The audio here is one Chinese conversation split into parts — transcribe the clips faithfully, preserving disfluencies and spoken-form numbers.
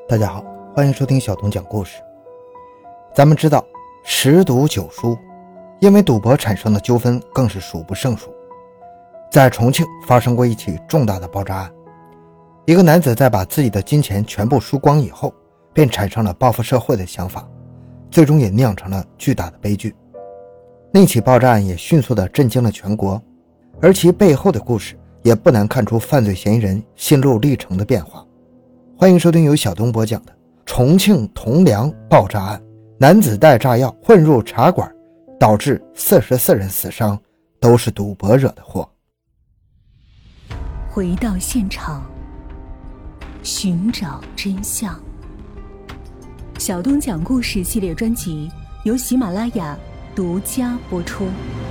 大家好，欢迎收听小东讲故事。咱们知道十赌九输，因为赌博产生的纠纷更是数不胜数。在重庆发生过一起重大的爆炸案，一个男子在把自己的金钱全部输光以后，便产生了报复社会的想法，最终也酿成了巨大的悲剧。那起爆炸案也迅速地震惊了全国，而其背后的故事也不难看出犯罪嫌疑人心路历程的变化。欢迎收听由小东播讲的重庆铜梁爆炸案，男子带炸药混入茶馆，导致四十四人死伤，都是赌博惹的祸。 回到现场，寻找真相。小东讲故事系列专辑由喜马拉雅独家播出。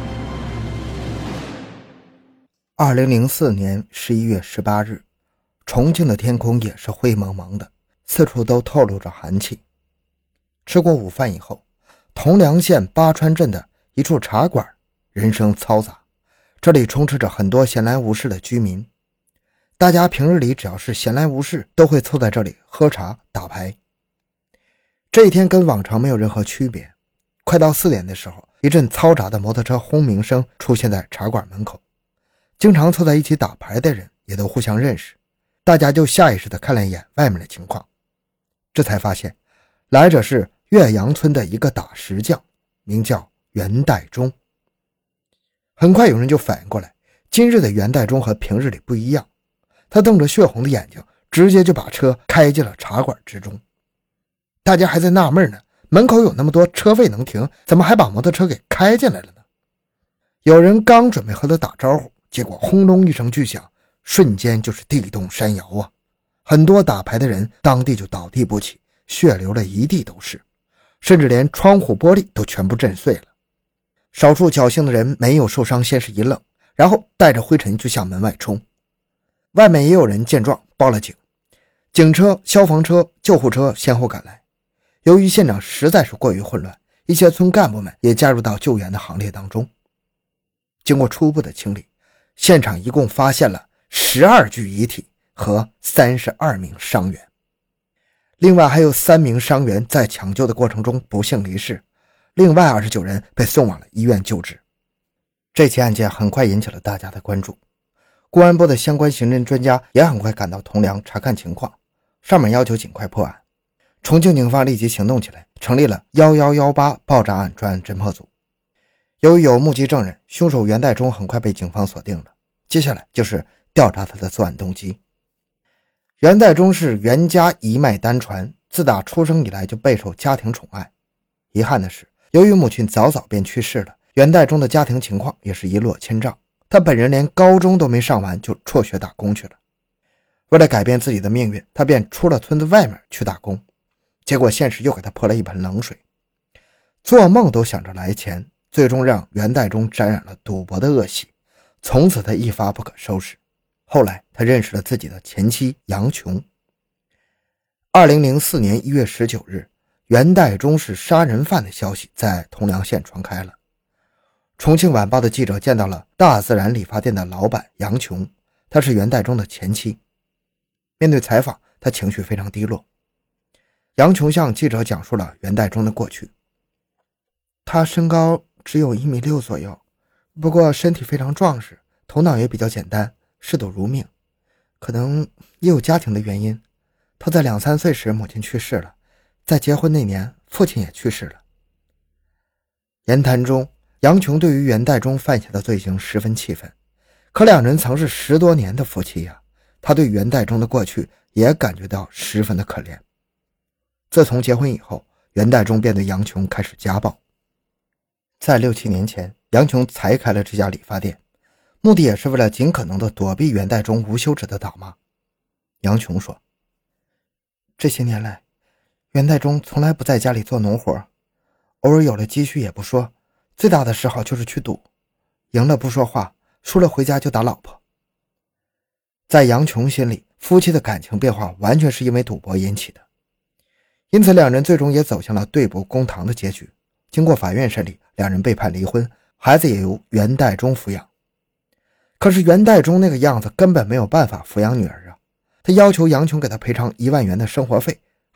二零零四年十一月十八日，重庆的天空也是灰蒙蒙的，四处都透露着寒气。吃过午饭以后，铜梁县八川镇的一处茶馆人声嘈杂，这里充斥着很多闲来无事的居民。大家平日里只要是闲来无事，都会凑在这里喝茶打牌。这一天跟往常没有任何区别，快到四点的时候，一阵嘈杂的摩托车轰鸣声出现在茶馆门口。经常凑在一起打牌的人也都互相认识，大家就下意识地看了一眼外面的情况，这才发现来者是岳阳村的一个打石匠，名叫袁代忠。很快有人就反应过来，今日的袁代忠和平日里不一样，他瞪着血红的眼睛，直接就把车开进了茶馆之中。大家还在纳闷呢，门口有那么多车位能停，怎么还把摩托车给开进来了呢？有人刚准备和他打招呼，结果轰隆一声巨响，瞬间就是地动山摇啊！很多打牌的人当地就倒地不起，血流了一地都是，甚至连窗户玻璃都全部震碎了。少数侥幸的人没有受伤，先是一愣，然后带着灰尘就向门外冲。外面也有人见状报了警，警车、消防车、救护车先后赶来。由于现场实在是过于混乱，一些村干部们也加入到救援的行列当中。经过初步的清理，现场一共发现了十二具遗体和三十二名伤员，另外还有三名伤员在抢救的过程中不幸离世，另外二十九人被送往了医院救治。这起案件很快引起了大家的关注，公安部的相关刑侦专家也很快赶到铜梁查看情况，上面要求尽快破案。重庆警方立即行动起来，成立了一一一八爆炸案专案侦破组。由于有目击证人，凶手袁代忠很快被警方锁定了，接下来就是调查他的作案动机。袁代忠是袁家一脉单传，自打出生以来就备受家庭宠爱。遗憾的是，由于母亲早早便去世了，袁代忠的家庭情况也是一落千丈，他本人连高中都没上完就辍学打工去了。为了改变自己的命运，他便出了村子外面去打工，结果现实又给他泼了一盆冷水。做梦都想着来钱，最终让袁代忠沾染了赌博的恶习，从此他一发不可收拾。后来他认识了自己的前妻杨琼。二零零四年一月十九日，袁代忠是杀人犯的消息在铜梁县传开了。重庆晚报的记者见到了大自然理发店的老板杨琼，她是袁代忠的前妻。面对采访，她情绪非常低落。杨琼向记者讲述了袁代忠的过去。他身高只有一米六左右，不过身体非常壮实，头脑也比较简单，嗜赌如命。可能也有家庭的原因，他在两三岁时母亲去世了，在结婚那年父亲也去世了。言谈中，杨琼对于袁代忠犯下的罪行十分气愤，可两人曾是十多年的夫妻呀、啊，他对袁代忠的过去也感觉到十分的可怜。自从结婚以后，袁代忠便对杨琼开始家暴。在六七年前，杨琼才开了这家理发店，目的也是为了尽可能的躲避袁代忠无休止的打骂。杨琼说，这些年来，袁代忠从来不在家里做农活，偶尔有了积蓄也不说，最大的嗜好就是去赌，赢了不说话，输了回家就打老婆。在杨琼心里，夫妻的感情变化完全是因为赌博引起的，因此两人最终也走向了对簿公堂的结局。经过法院审理，两人被判离婚，孩子也由袁代忠抚养。可是袁代忠那个样子根本没有办法抚养女儿啊，他要求杨琼给他赔偿一万元的生活费，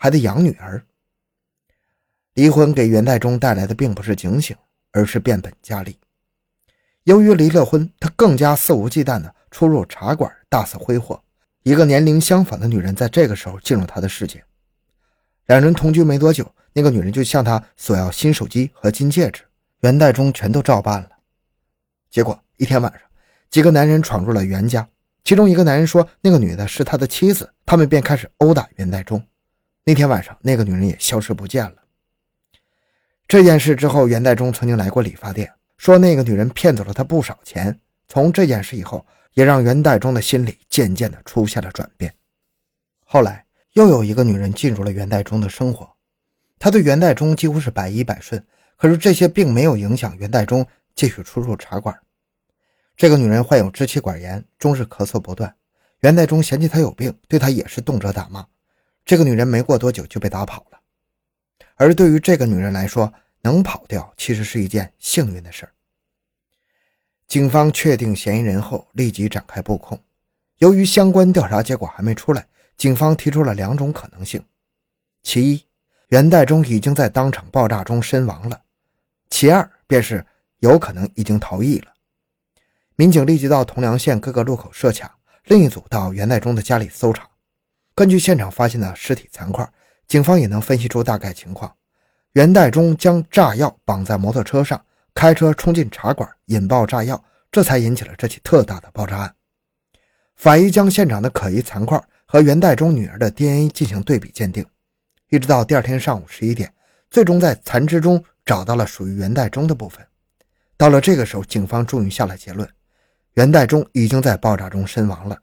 还得养女儿。离婚给袁代忠带来的并不是警醒，而是变本加厉。由于离了婚，他更加肆无忌惮地出入茶馆，大肆挥霍。一个年龄相仿的女人在这个时候进入他的世界。两人同居没多久，那个女人就向他索要新手机和金戒指，袁代忠全都照办了。结果一天晚上，几个男人闯入了袁家，其中一个男人说那个女的是他的妻子，他们便开始殴打袁代忠。那天晚上，那个女人也消失不见了。这件事之后，袁代忠曾经来过理发店，说那个女人骗走了他不少钱。从这件事以后，也让袁代忠的心里渐渐地出现了转变。后来又有一个女人进入了袁代忠的生活，她对袁代忠几乎是百依百顺，可是这些并没有影响袁代忠继续出入茶馆。这个女人患有支气管炎，终日咳嗽不断，袁代忠嫌弃她有病，对她也是动辄打骂。这个女人没过多久就被打跑了。而对于这个女人来说，能跑掉其实是一件幸运的事。警方确定嫌疑人后，立即展开布控。由于相关调查结果还没出来，警方提出了两种可能性。其一，袁代忠已经在当场爆炸中身亡了；其二，便是有可能已经逃逸了。民警立即到铜梁县各个路口设卡，另一组到袁代忠的家里搜查。根据现场发现的尸体残块，警方也能分析出大概情况。袁代忠将炸药绑在摩托车上，开车冲进茶馆引爆炸药，这才引起了这起特大的爆炸案。法医将现场的可疑残块和袁代忠女儿的 D N A 进行对比鉴定，一直到第二天上午十一点，最终在残肢中找到了属于袁代忠的部分。到了这个时候，警方终于下了结论，袁代忠已经在爆炸中身亡了。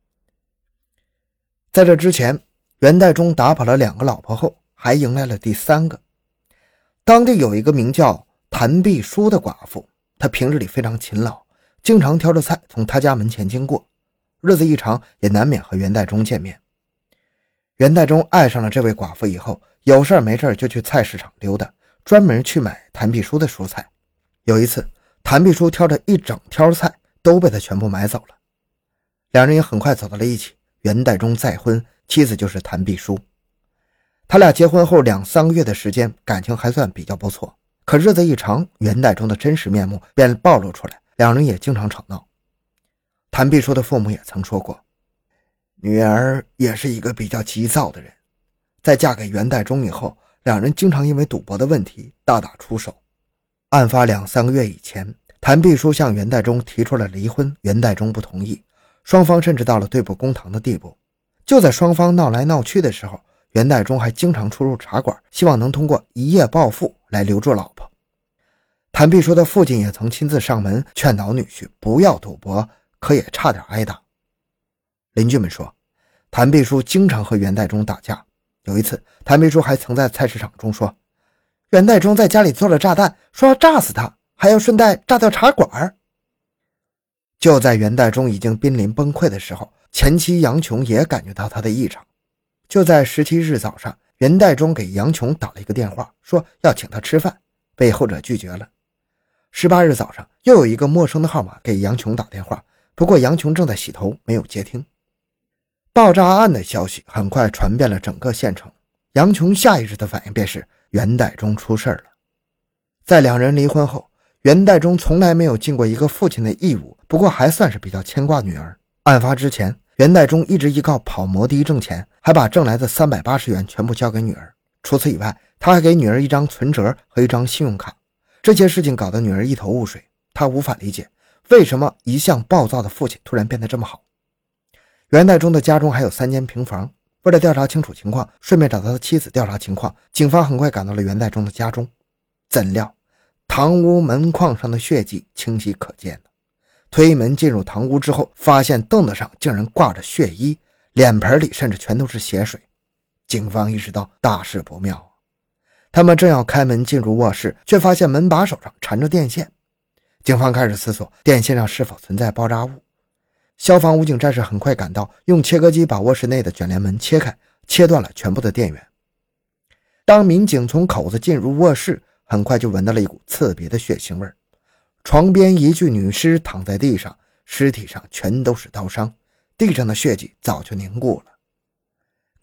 在这之前，袁代忠打跑了两个老婆后，还迎来了第三个。当地有一个名叫谭碧书的寡妇，她平日里非常勤劳，经常挑着菜从她家门前经过，日子一长也难免和袁代忠见面。袁代忠爱上了这位寡妇以后，有事没事就去菜市场溜达，专门去买谭碧书的蔬菜。有一次，谭碧书挑着一整挑菜都被他全部买走了。两人也很快走到了一起，袁代忠再婚，妻子就是谭碧书。他俩结婚后两三个月的时间，感情还算比较不错。可日子一长，袁代忠的真实面目便暴露出来，两人也经常吵闹。谭碧书的父母也曾说过，女儿也是一个比较急躁的人。在嫁给袁代忠以后，两人经常因为赌博的问题大打出手。案发两三个月以前，谭碧书向袁代忠提出了离婚，袁代忠不同意，双方甚至到了对簿公堂的地步。就在双方闹来闹去的时候，袁代忠还经常出入茶馆，希望能通过一夜暴富来留住老婆。谭碧书的父亲也曾亲自上门劝导女婿不要赌博，可也差点挨打。邻居们说，谭碧书经常和袁代忠打架。有一次，谭碧书还曾在菜市场中说，袁代忠在家里做了炸弹，说要炸死他，还要顺带炸掉茶馆。就在袁代忠已经濒临崩溃的时候，前妻杨琼也感觉到他的异常。就在十七日早上，袁代忠给杨琼打了一个电话，说要请他吃饭，被后者拒绝了。十八日早上，又有一个陌生的号码给杨琼打电话，不过杨琼正在洗头，没有接听。爆炸案的消息很快传遍了整个县城，杨琼下意识的反应便是袁代忠出事了。在两人离婚后，袁代忠从来没有尽过一个父亲的义务，不过还算是比较牵挂女儿。案发之前，袁代忠一直依靠跑摩的挣钱，还把挣来的三百八十元全部交给女儿。除此以外，他还给女儿一张存折和一张信用卡。这些事情搞得女儿一头雾水，她无法理解为什么一向暴躁的父亲突然变得这么好。袁代忠的家中还有三间平房，为了调查清楚情况，顺便找他的妻子调查情况，警方很快赶到了袁代忠的家中。怎料堂屋门框上的血迹清晰可见的。推门进入堂屋之后，发现凳子上竟然挂着血衣，脸盆里甚至全都是血水。警方意识到大事不妙，他们正要开门进入卧室，却发现门把手上缠着电线。警方开始思索电线上是否存在爆炸物。消防武警战士很快赶到，用切割机把卧室内的卷帘门切开，切断了全部的电源。当民警从口子进入卧室，很快就闻到了一股刺鼻的血腥味。床边一具女尸躺在地上，尸体上全都是刀伤，地上的血迹早就凝固了。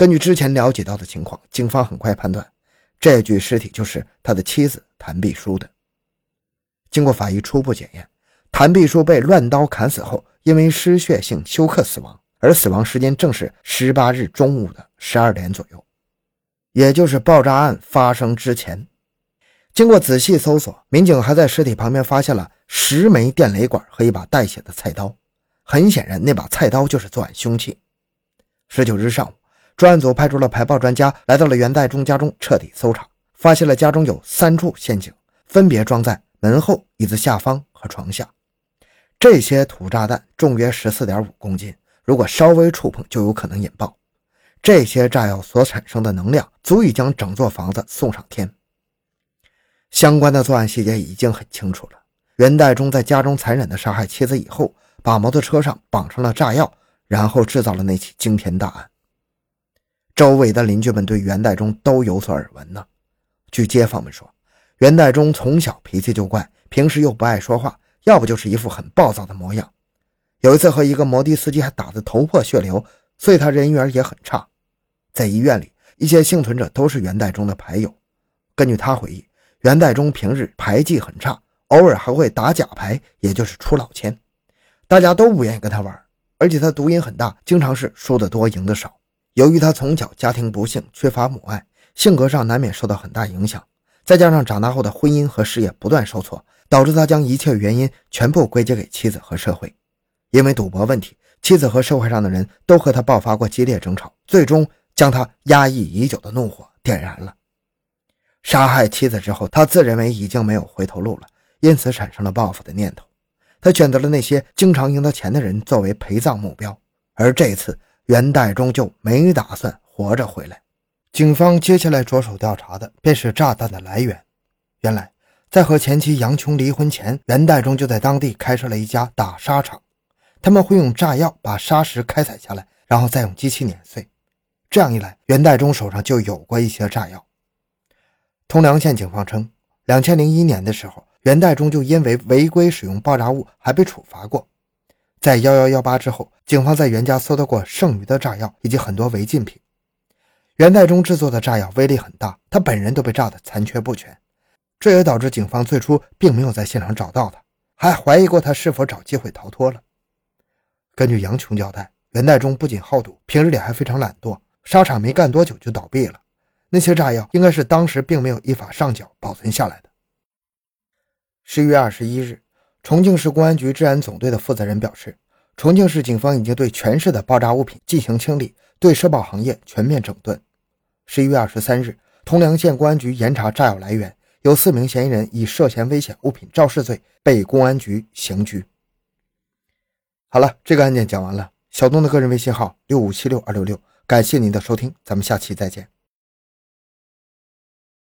根据之前了解到的情况，警方很快判断这具尸体就是他的妻子谭碧书的。经过法医初步检验，谭碧书被乱刀砍死后，因为失血性休克死亡，而死亡时间正是十八日中午的十二点左右，也就是爆炸案发生之前。经过仔细搜索，民警还在尸体旁边发现了十枚电雷管和一把带血的菜刀，很显然那把菜刀就是作案凶器。十九日上午，专案组派出了排爆专家来到了袁代忠家中彻底搜查，发现了家中有三处陷阱，分别装在门后、椅子下方和床下。这些土炸弹重约 十四点五公斤，如果稍微触碰就有可能引爆。这些炸药所产生的能量足以将整座房子送上天。相关的作案细节已经很清楚了。袁代忠在家中残忍地杀害妻子以后，把摩托车上绑上了炸药，然后制造了那起惊天大案。周围的邻居们对袁代忠都有所耳闻呢。据街坊们说，袁代忠从小脾气就怪，平时又不爱说话，要不就是一副很暴躁的模样。有一次和一个摩的司机还打得头破血流，所以他人缘也很差。在医院里，一些幸存者都是袁代忠的牌友。根据他回忆，袁代忠平日牌技很差，偶尔还会打假牌，也就是出老千，大家都不愿意跟他玩，而且他毒瘾很大，经常是输得多赢得少。由于他从小家庭不幸，缺乏母爱，性格上难免受到很大影响，再加上长大后的婚姻和事业不断受挫，导致他将一切原因全部归结给妻子和社会。因为赌博问题，妻子和社会上的人都和他爆发过激烈争吵，最终将他压抑已久的怒火点燃了。杀害妻子之后，他自认为已经没有回头路了，因此产生了报复的念头。他选择了那些经常赢得钱的人作为陪葬目标，而这次袁代忠就没打算活着回来。警方接下来着手调查的便是炸弹的来源。原来在和前妻杨琼离婚前，袁代忠就在当地开设了一家打沙场，他们会用炸药把沙石开采下来，然后再用机器碾碎。这样一来，袁代忠手上就有过一些炸药。通良县警方称，二零零一年的时候，袁代忠就因为违规使用爆炸物还被处罚过。在一一一八之后，警方在袁家搜到过剩余的炸药以及很多违禁品。袁代忠制作的炸药威力很大，他本人都被炸得残缺不全，这也导致警方最初并没有在现场找到他，还怀疑过他是否找机会逃脱了。根据杨琼交代，袁代忠不仅好赌，平日里还非常懒惰，沙场没干多久就倒闭了。那些炸药应该是当时并没有依法上缴保存下来的。十一月二十一日，重庆市公安局治安总队的负责人表示，重庆市警方已经对全市的爆炸物品进行清理，对社保行业全面整顿。十一月二十三日，通良县公安局严查炸药来源，有四名嫌疑人以涉嫌危险物品肇事罪被公安局刑拘。好了，这个案件讲完了。小东的个人微信号六五七六二六六，感谢您的收听，咱们下期再见。